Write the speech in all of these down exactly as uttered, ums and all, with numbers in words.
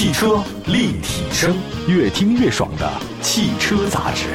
汽车立体声，越听越爽的汽车杂志。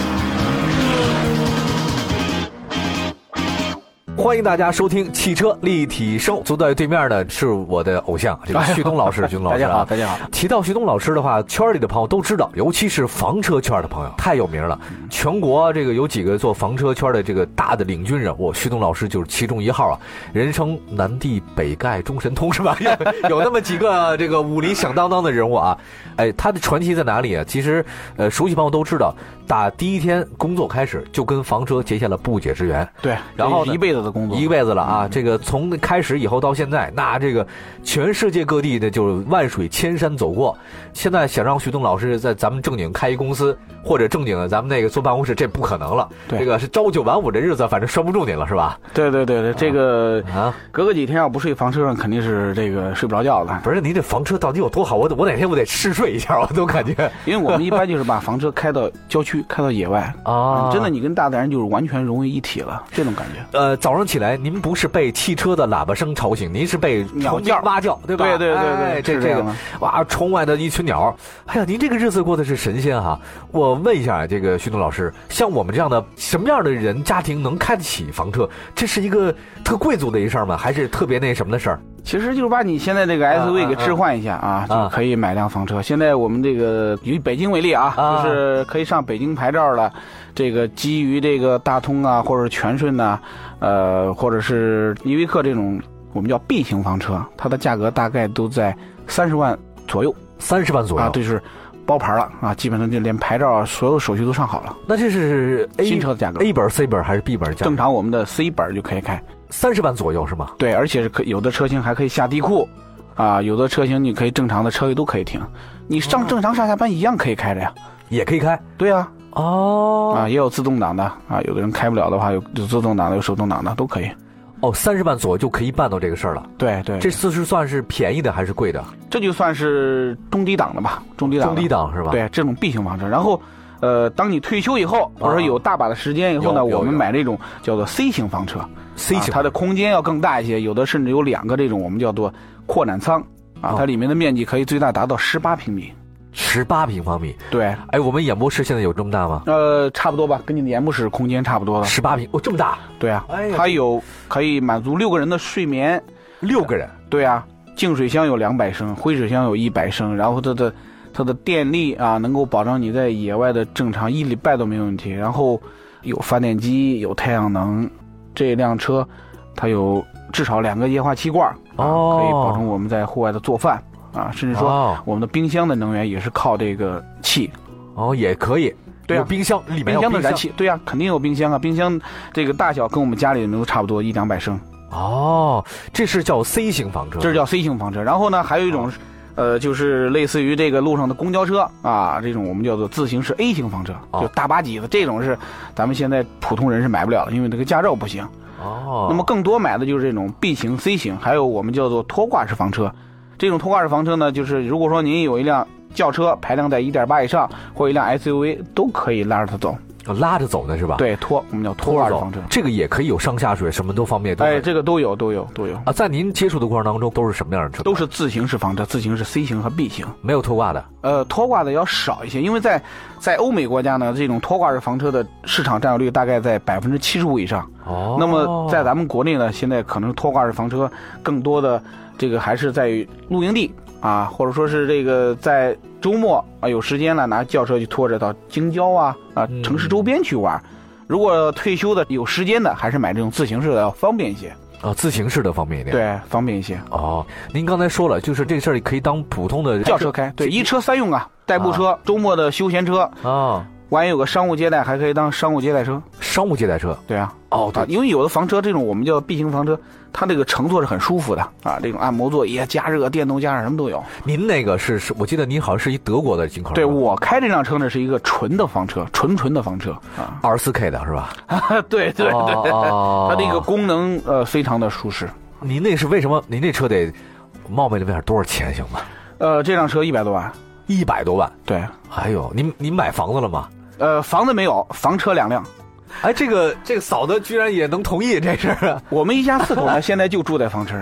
欢迎大家收听汽车立体声。坐在对面的是我的偶像，这个徐东老师。徐东老师， 大家好，大家好。 提到徐东老师的话，圈里的朋友都知道，尤其是房车圈的朋友太有名了。全国这个有几个做房车圈的这个大的领军人物，徐东老师就是其中一号啊。人称南帝北丐中神通是吧？有有那么几个这个武林响当当的人物啊。哎，他的传奇在哪里啊？其实，呃，熟悉朋友都知道，打第一天工作开始就跟房车结下了不解之缘。 对， 然后一辈子的工作， 一辈子了啊！嗯、这个从开始以后到现在，那这个全世界各地的就是万水千山走过。现在想让徐东老师在咱们正经开一公司，或者正经的咱们那个坐办公室，这不可能了。这个是朝九晚五的日子，反正拴不住您了，是吧？ 对对对对，这个啊，隔个几天要不睡房车上，肯定是这个睡不着觉的。 不是，您这房车到底有多好？我我哪天我得试睡一下，我都感觉。 因为我们一般就是把房车开到郊区，开到野外啊，真的你跟大自然就是完全融为一体了，这种感觉。 呃，早上起来您不是被汽车的喇叭声吵醒，您是被鸟叫蛙叫，对吧？ 对对对对， 哎、这这个哇，窗外的一群鸟。哎呀，您这个日子过得是神仙哈！我问一下这个徐东老师，像我们这样的什么样的人家庭能开得起房车？这是一个特贵族的一事儿吗？还是特别那什么的事儿？ 其实就是把你现在这个 S U V 给置换一下啊，啊就可以买辆房车。啊、现在我们这个以北京为例啊，啊就是可以上北京牌照了。这个基于这个大通啊，或者是全顺呐、啊，呃，或者是依维柯这种我们叫 B 型房车，它的价格大概都在三十万左右。 三十万左右啊，这是包牌了啊，基本上就连牌照所有手续都上好了。 那这是 A, 新车的价格 ，A 本、C 本还是 B 本价格？ 正常我们的 C 本就可以开， 三十万左右是吗？ 对，而且是可有的车型还可以下地库，啊，有的车型你可以正常的车位都可以停，你上正常上下班一样可以开着呀， 也可以开。 对啊， 哦， 啊，也有自动挡的啊，有的人开不了的话，有有自动挡的，有手动挡的都可以。 哦，三十万左右就可以办到这个事儿了。 对对， 这次是算是便宜的还是贵的？ 这就算是中低档的吧，中低档。 中低档是吧？ 对，这种 B 型房车。然后，呃，当你退休以后，或者说有大把的时间以后呢，我们买这种叫做 C 型房车。 C 型、啊， 它的空间要更大一些，有的甚至有两个这种我们叫做扩展舱啊，它里面的面积可以最大达到十八平米。 十八平方米， 对， 哎，我们演播室现在有这么大吗？ 呃，差不多吧，跟你的演播室空间差不多了。 十八平，哦，这么大？ 对啊，哎、它有可以满足六个人的睡眠， 六个人？ 对啊，净水箱有两百升，灰水箱有一百升，然后它的它的电力啊，能够保证你在野外的正常一礼拜都没有问题。然后有发电机，有太阳能，这辆车它有至少两个液化气罐啊，哦、可以保证我们在户外的做饭。啊，甚至说我们的冰箱的能源也是靠这个气， 哦，也可以， 对啊， 有冰箱里面冰箱的燃气，对啊，肯定有冰箱啊，冰箱这个大小跟我们家里的都差不多，一两百升。 哦，这是叫 C 型房车， 这是叫 C 型房车。然后呢，还有一种，哦、呃，就是类似于这个路上的公交车啊，这种我们叫做自行式 A 型房车，哦、就大把几的这种是咱们现在普通人是买不了的，因为这个驾照不行。 哦， 那么更多买的就是这种 B 型、C 型，还有我们叫做拖挂式房车。这种拖挂式房车呢，就是如果说您有一辆轿车排量在 一点八 以上，或一辆 S U V 都可以拉着它走， 拉着走的是吧？ 对，拖，我们叫拖挂式房车。 这个也可以有上下水，什么都方便。 哎，这个都有，都有，都有啊。在您接触的过程当中，都是什么样的车？ 都是自行式房车，自行式 C 型和 B 型， 没有拖挂的。 呃，拖挂的要少一些，因为在在欧美国家呢，这种拖挂式房车的市场占有率大概在百分之七十五以上。哦。那么在咱们国内呢，现在可能拖挂式房车更多的这个还是在于露营地。啊，或者说是这个在周末啊有时间了，拿轿车去拖着到京郊啊啊城市周边去玩。嗯、如果退休的有时间的，还是买这种自行式的要方便一些。 啊，自行式的方便一点。 对，方便一些。 哦，您刚才说了，就是这事儿可以当普通的轿车开，对，一车三用啊，代步车、啊、周末的休闲车啊。万一有个商务接待，还可以当商务接待车。 商务接待车， 对啊， 哦，对， 啊、因为有的房车这种我们叫 B 型房车，它这个乘坐是很舒服的啊，这种按摩座椅、加热、电动加热什么都有。 您那个是是，我记得您好像是一德国的进口。 对，我开这辆车呢是一个纯的房车，纯纯的房车啊， 二十四 K 的是吧？ 对对对，哦、它这个功能呃非常的舒适。 您那是为什么？您这车得冒昧的问下多少钱行吗？ 呃，这辆车一百多万， 一百多万。 对， 还有您您买房子了吗？ 呃，房子没有，房车两辆。 哎，这个这个嫂子居然也能同意这事儿啊！ 我们一家四口呢，现在就住在房车上。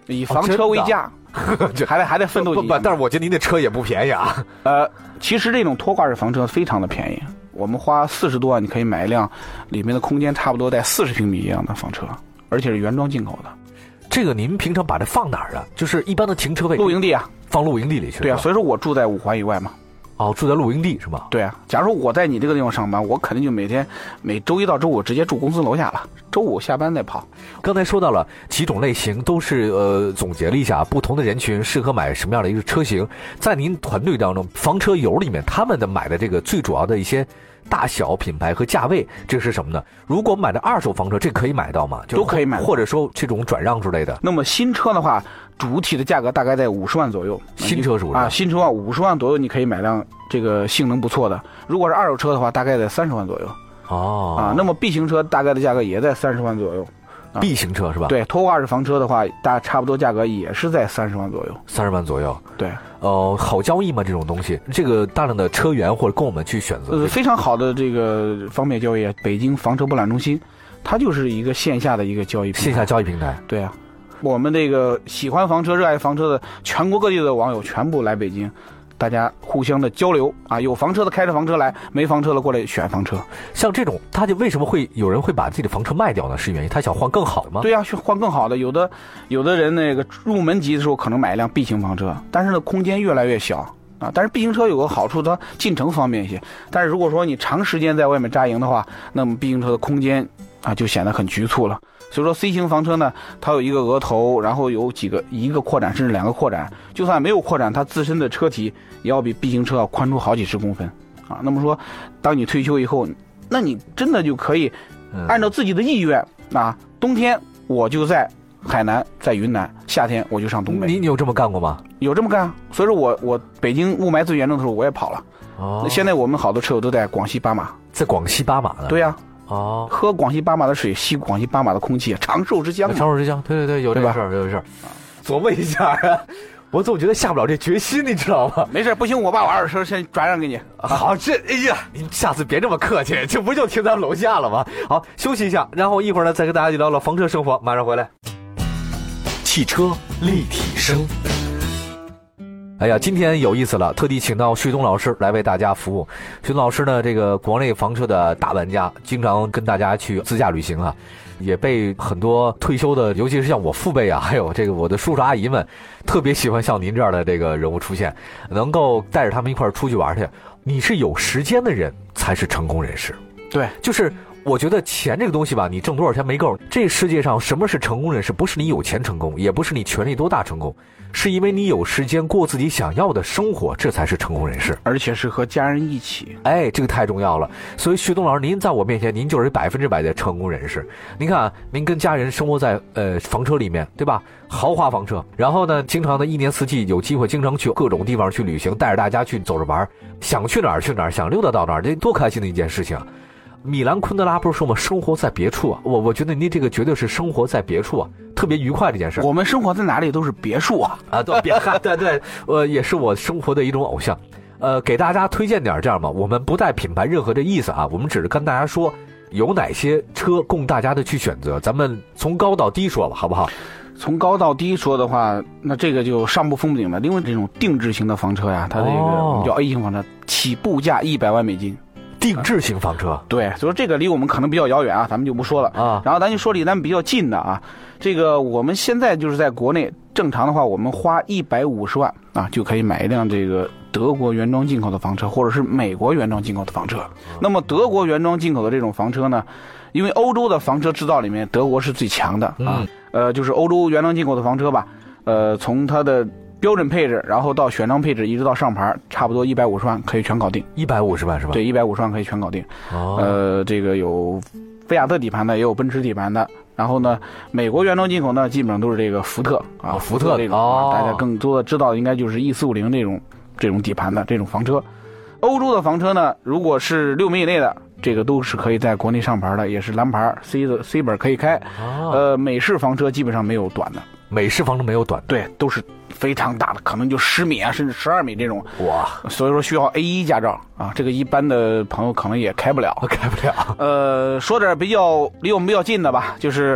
以房车为价，哦、还得还得奋斗几年。 不不，但是我觉得您的车也不便宜啊。 呃，其实这种拖挂式房车非常的便宜，我们花四十多万，你可以买一辆里面的空间差不多在四十平米一样的房车，而且是原装进口的。 这个您平常把这放哪儿啊？就是一般的停车位， 露营地啊， 放露营地里去。 对啊，所以说我住在五环以外嘛。 哦，住在露营地是吧？ 对啊，假如我在你这个地方上班，我肯定就每天每周一到周五直接住公司楼下了，周五下班再跑。 刚才说到了几种类型，都是呃总结了一下不同的人群适合买什么样的一个车型。在您团队当中，房车友里面他们的买的这个最主要的一些大小品牌和价位，这是什么呢？如果买的二手房车，这可以买到吗？就都可以买， 或者说这种转让之类的。 那么新车的话，主体的价格大概在五十万左右。 新车是五十万啊，新车啊五十万左右，你可以买辆这个性能不错的。如果是二手车的话，大概在三十万左右。 哦， 啊，那么 B 型车大概的价格也在三十万左右。 啊、B 型车是吧？ 对，拖挂式房车的话，大差不多价格也是在三十万左右。 三十万左右。 对。 呃，好交易吗？这种东西，这个大量的车源或者供我们去选择， 呃，非常好的这个方便交易。北京房车博览中心，它就是一个线下的一个交易平台， 线下交易平台。 对啊，我们这个喜欢房车、热爱房车的全国各地的网友全部来北京，大家互相的交流啊，有房车的开着房车来，没房车的过来选房车。 像这种，他就为什么会有人会把自己的房车卖掉呢？是原因他想换更好的吗？ 对啊，去换更好的。有的有的人那个入门级的时候可能买一辆 B 型房车，但是呢空间越来越小啊。但是 B 型车有个好处，它进城方便一些。但是如果说你长时间在外面扎营的话，那么 B 型车的空间啊就显得很局促了。所以说 C 型房车呢，它有一个额头，然后有几个一个扩展甚至两个扩展，就算没有扩展，它自身的车体也要比 B 型车要宽出好几十公分啊。那么说，当你退休以后，那你真的就可以按照自己的意愿啊，冬天我就在海南，在云南，夏天我就上东北。 你你有这么干过吗？ 有这么干，所以说我我北京雾霾最严重的时候我也跑了。哦，现在我们好多车友都在广西巴马， 在广西巴马呢。 对呀、啊。 哦， 喝广西巴马的水，吸广西巴马的空气，长寿之乡。 长寿之乡，对对对，有这个事儿，有这个事儿。琢磨一下呀，我总觉得下不了这决心，你知道吗？ 没事，不行，我把我二手车先转让给你。 好，这哎呀，您下次别这么客气，这不就停咱们楼下了吗？好，休息一下，然后一会儿呢再跟大家聊聊房车生活，马上回来。汽车立体声。哎呀，今天有意思了，特地请到旭东老师来为大家服务。旭东老师呢，这个国内房车的大玩家，经常跟大家去自驾旅行啊，也被很多退休的，尤其是像我父辈啊，还有这个我的叔叔阿姨们，特别喜欢像您这样的这个人物出现，能够带着他们一块儿出去玩去。你是有时间的人才是成功人士。 对， 就是我觉得钱这个东西吧，你挣多少钱没够。这世界上什么是成功人士？不是你有钱成功，也不是你权力多大成功，是因为你有时间过自己想要的生活，这才是成功人士， 而且是和家人一起。 哎，这个太重要了。所以旭东老师，您在我面前，您就是百分之百的成功人士。您看啊，您跟家人生活在呃房车里面，对吧？豪华房车，然后呢，经常的一年四季有机会，经常去各种地方去旅行，带着大家去走着玩，想去哪儿去哪儿，想溜达到哪儿，这多开心的一件事情啊！米兰昆德拉不是说吗？生活在别处啊！我我觉得您这个绝对是生活在别处啊，特别愉快这件事。 我们生活在哪里都是别墅啊！ 啊，对，别看，对对，呃，也是我生活的一种偶像。呃，给大家推荐点这样吧，我们不带品牌任何的意思啊，我们只是跟大家说有哪些车供大家的去选择，咱们从高到低说吧，好不好？ 从高到低说的话，那这个就上不封顶了，因为这种定制型的房车呀，它这个、哦、我们叫 A 型房车，起步价一百万美金。 定制型房车， 对，所以说这个离我们可能比较遥远啊，咱们就不说了啊。然后咱就说离咱们比较近的啊，这个我们现在就是在国内正常的话，我们花一百五十万啊就可以买一辆这个德国原装进口的房车，或者是美国原装进口的房车。那么德国原装进口的这种房车呢，因为欧洲的房车制造里面德国是最强的啊，嗯、呃，就是欧洲原装进口的房车吧，呃，从它的标准配置，然后到选装配置，一直到上牌，差不多一百五十万可以全搞定。 一百五十万是吧？ 对，一百五十万可以全搞定。哦，呃，这个有菲亚特底盘的，也有奔驰底盘的。然后呢，美国原装进口呢，基本上都是这个福特啊， 哦、福特这种、 哦、 大家更多的知道的应该就是 E 四五零这种这种底盘的这种房车。欧洲的房车呢，如果是六米以内的，这个都是可以在国内上牌的，也是蓝牌 C 的 C 本可以开。哦、呃，美式房车基本上没有短的。 美式房车没有短的， 对，都是非常大的，可能就十米啊，甚至十二米这种。 哇！ 所以说需要 A 一 驾照啊，这个一般的朋友可能也开不了， 开不了。 呃，说点比较离我们比较近的吧，就是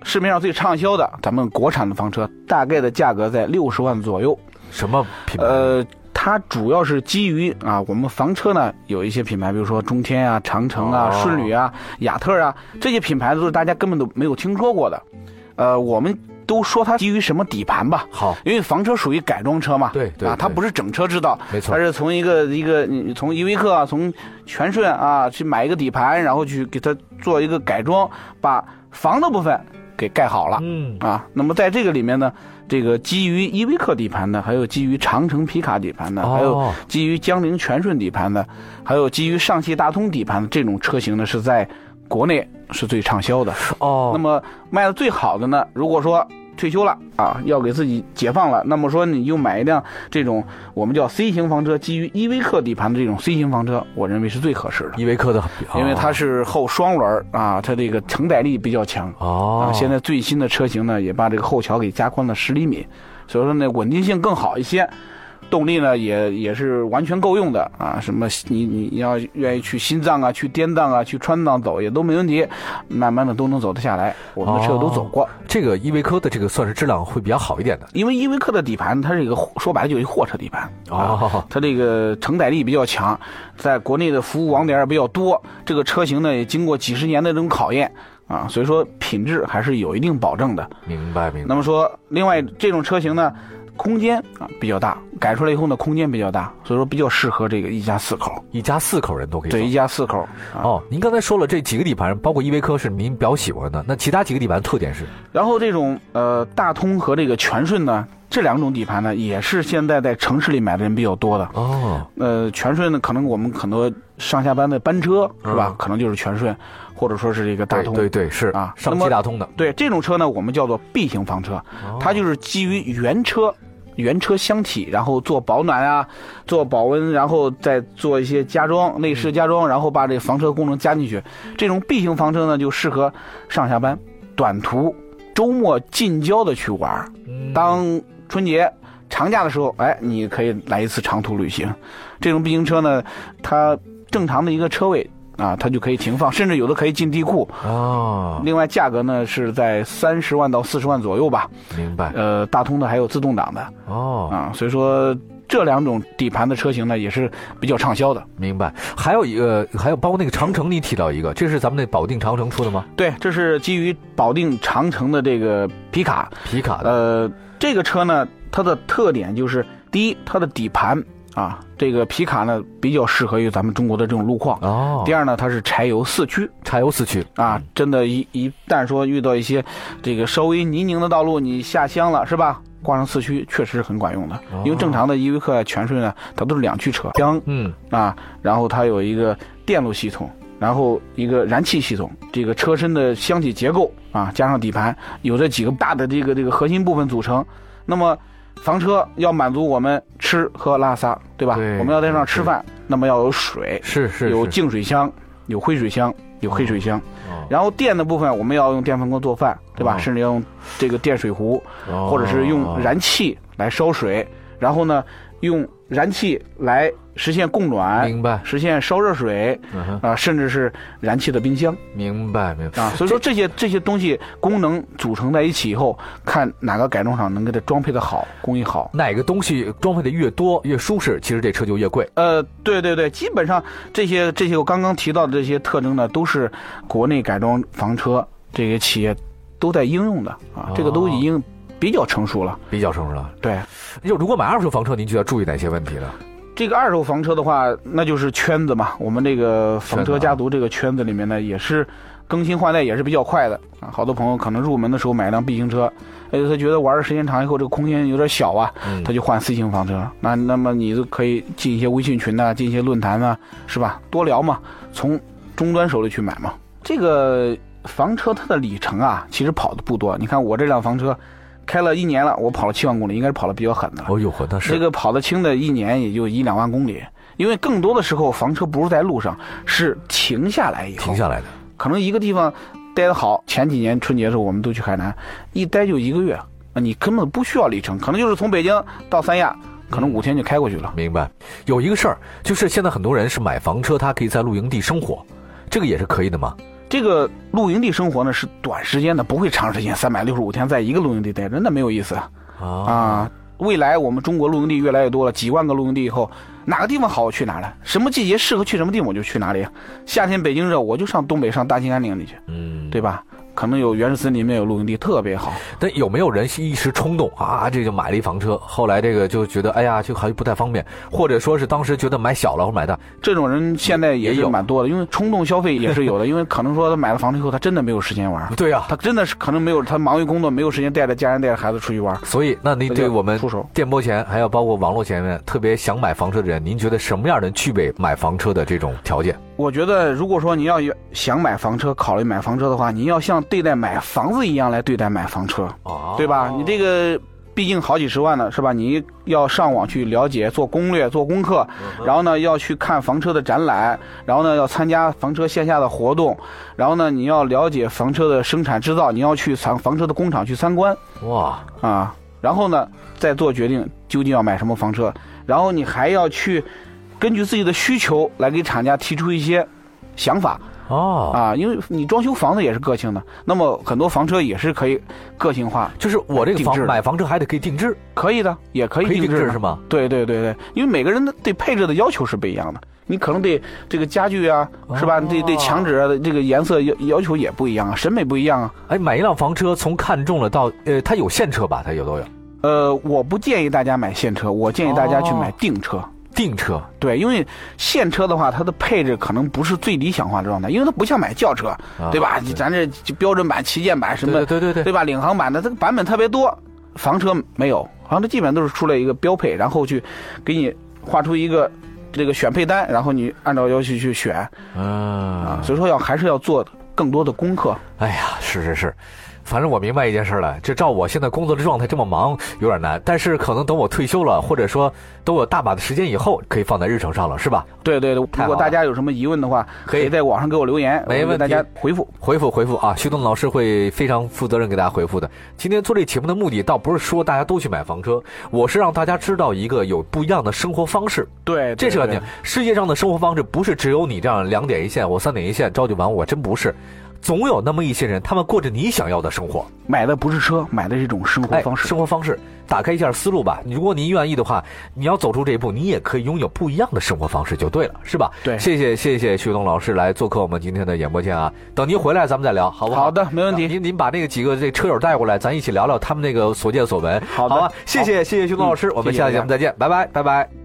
市面上最畅销的咱们国产的房车，大概的价格在六十万左右。 什么品牌？ 呃，它主要是基于啊，我们房车呢有一些品牌，比如说中天啊、长城啊、 哦、 顺旅啊、雅特啊，这些品牌都是大家根本都没有听说过的。呃，我们都说它基于什么底盘吧？ 好， 因为房车属于改装车嘛， 对对啊，它不是整车之道， 没错， 它是从一个一个从依维柯啊，从全顺啊去买一个底盘，然后去给它做一个改装，把房的部分给盖好了。 嗯啊，那么在这个里面呢，这个基于依维柯底盘的，还有基于长城皮卡底盘的， 哦、 还有基于江铃全顺底盘的，还有基于上汽大通底盘的这种车型呢，是在国内是最畅销的。 哦， 那么卖的最好的呢，如果说退休了啊，要给自己解放了，那么说你就买一辆这种我们叫 C 型房车，基于依维柯底盘的这种 C 型房车，我认为是最合适的。 依维柯的， 因为它是后双轮啊，它这个承载力比较强。 哦， 啊，现在最新的车型呢，也把这个后桥给加宽了十厘米，所以说呢，稳定性更好一些。动力呢也也是完全够用的啊！什么你你要愿意去新藏啊、去滇藏啊、去川藏走也都没问题，慢慢的都能走得下来。我们的车都走过。 哦、这个依维柯的这个算是质量会比较好一点的， 因为依维柯的底盘它是一个说白了就是一货车底盘啊， 哦、 它这个承载力比较强，在国内的服务网点也比较多，这个车型呢也经过几十年的这种考验。啊，所以说品质还是有一定保证的。 明白明白。 那么说，另外这种车型呢，空间啊比较大，改出来以后呢，空间比较大，所以说比较适合这个一家四口。 一家四口人都可以坐。 对，一家四口。 啊、哦，您刚才说了这几个底盘，包括依维柯是您比较喜欢的，那其他几个底盘特点是？ 然后这种呃大通和这个全顺呢，这两种底盘呢，也是现在在城市里买的人比较多的。 哦。 呃，全顺呢，可能我们很多上下班的班车是吧？ 嗯、 可能就是全顺。或者说是这个大通， 对对对，是啊， 上汽大通的。 对这种车呢，我们叫做 B 型房车，哦、它就是基于原车原车箱体，然后做保暖啊，做保温，然后再做一些加装，内饰加装，然后把这房车功能加进去。这种 B 型房车呢，就适合上下班、短途、周末近郊的去玩。嗯、当春节长假的时候，哎，你可以来一次长途旅行。这种 B 型车呢，它正常的一个车位。啊，它就可以停放，甚至有的可以进地库哦。 另外，价格呢是在三十万到四十万左右吧。 明白。 呃，大通的还有自动挡的哦。 啊，所以说这两种底盘的车型呢也是比较畅销的。 明白。还有一个，还有包括那个长城，你提到一个，这是咱们那保定长城出的吗？ 对，这是基于保定长城的这个皮卡。 皮卡的。 呃，这个车呢，它的特点就是第一，它的底盘。啊，这个皮卡呢比较适合于咱们中国的这种路况。 哦。 第二呢，它是柴油四驱， 柴油四驱啊，真的一，一一旦说遇到一些这个稍微泥泞的道路，你下乡了是吧？挂上四驱确实是很管用的。哦、因为正常的依维柯、全顺呢，它都是两驱车，箱， 嗯啊，然后它有一个电路系统，然后一个燃气系统，这个车身的箱体结构啊，加上底盘，有这几个大的这个这个核心部分组成，那么。房车要满足我们吃喝拉撒，对吧？ 对， 我们要在上吃饭，那么要有水， 是是， 有净水箱，有灰水箱，有黑水箱。 哦、 然后电的部分，我们要用电饭锅做饭，对吧？哦、甚至要用这个电水壶， 哦、 或者是用燃气来烧水，然后呢，用燃气来实现供暖， 明白？ 实现烧热水，啊、呃，甚至是燃气的冰箱， 明白明白啊。所以说这些这些东西功能组成在一起以后，看哪个改装厂能给它装配的好，工艺好， 哪个东西装配的越多越舒适，其实这车就越贵。 呃，对对对，基本上这些这些我刚刚提到的这些特征呢，都是国内改装房车这些企业都在应用的啊，这个都已经比较成熟了， 比较成熟了。 对， 就如果买二手房车，您就要注意哪些问题了？ 这个二手房车的话，那就是圈子嘛。我们这个房车家族这个圈子里面呢，也是更新换代也是比较快的啊。好多朋友可能入门的时候买辆 B 型车，哎，他觉得玩的时间长以后，这个空间有点小啊， 嗯、 他就换 C 型房车。那那么你就可以进一些微信群呐、啊，进一些论坛啊，是吧？多聊嘛，从终端手里去买嘛。这个房车它的里程啊，其实跑的不多。你看我这辆房车。开了一年了，我跑了七万公里，应该是跑的比较狠的了。 哦呦，那是这个跑得轻的，一年也就一两万公里。因为更多的时候，房车不是在路上，是停下来以后， 停下来的。 可能一个地方待得好，前几年春节的时候，我们都去海南，一待就一个月，你根本不需要里程，可能就是从北京到三亚，可能五天就开过去了。 明白。有一个事儿，就是现在很多人是买房车，他可以在露营地生活，这个也是可以的吗？ 这个露营地生活呢是短时间的，不会长时间三百六十五天在一个露营地待着，那没有意思啊。啊，未来我们中国露营地越来越多了，几万个露营地以后，哪个地方好我去哪了，什么季节适合去什么地方我就去哪里。夏天北京热，我就上东北上大兴安岭里去，嗯，对吧？可能有原始森林里面有露营地，特别好。 但有没有人一时冲动啊，这就买了一房车，后来这个就觉得哎呀，就好像不太方便，或者说是当时觉得买小了或买大， 这种人现在也是蛮多的，因为冲动消费也是有的，因为可能说他买了房车以后，他真的没有时间玩。 对呀、啊， 他真的是可能没有，他忙于工作，没有时间带着家人带着孩子出去玩。 所以，那您对我们电波前还有包括网络前面特别想买房车的人，您觉得什么样的人具备买房车的这种条件？ 我觉得，如果说你要想买房车，考虑买房车的话，你要像对待买房子一样来对待买房车，哦、对吧？你这个毕竟好几十万呢，是吧？你要上网去了解、做攻略、做功课，然后呢要去看房车的展览，然后呢要参加房车线下的活动，然后呢你要了解房车的生产制造，你要去参房车的工厂去参观，哇啊！然后呢再做决定究竟要买什么房车，然后你还要去根据自己的需求来给厂家提出一些想法。哦啊，因为你装修房子也是个性的，那么很多房车也是可以个性化， 就是我这个房买房车还得可以定制， 可以的，也可以定制， 定制是吗？ 对对对对，因为每个人的对配置的要求是不一样的，你可能对这个家具啊，哦、是吧？对对墙纸啊，这个颜色要要求也不一样啊，审美不一样啊。 哎，买一辆房车从看中了到呃，它有现车吧？它有都有。 呃，我不建议大家买现车，我建议大家去买订车。哦订车对，因为现车的话，它的配置可能不是最理想化的状态，因为它不像买轿车，啊、对吧？对咱这标准版、旗舰版什么， 对对对对， 对吧？领航版的这个版本特别多，房车没有，房车基本都是出来一个标配，然后去给你画出一个这个选配单，然后你按照要求去选，啊，啊所以说要还是要做更多的功课。 哎呀，是是是。反正我明白一件事了，这照我现在工作的状态这么忙有点难，但是可能等我退休了，或者说等我大把的时间以后，可以放在日程上了，是吧？ 对对对，如果大家有什么疑问的话，可以在网上给我留言， 没问题， 大家回复回复回复啊，徐东老师会非常负责任给大家回复的。今天做这节目的目的，倒不是说大家都去买房车，我是让大家知道一个有不一样的生活方式。 对， 这是个点，世界上的生活方式不是只有你这样两点一线，我三点一线，朝九晚五，真不是。总有那么一些人，他们过着你想要的生活， 买的不是车，买的是一种生活方式。 哎、生活方式，打开一下思路吧。如果您愿意的话，你要走出这一步，你也可以拥有不一样的生活方式，就对了，是吧？ 对， 谢谢谢谢徐东老师来做客我们今天的演播间啊。等您回来，咱们再聊，好不好？ 好的，没问题。 您您把那个几个这车友带过来，咱一起聊聊他们那个所见所闻。 好的， 好吧，谢谢谢谢徐东老师，嗯、我们下期节目再见，拜拜拜拜。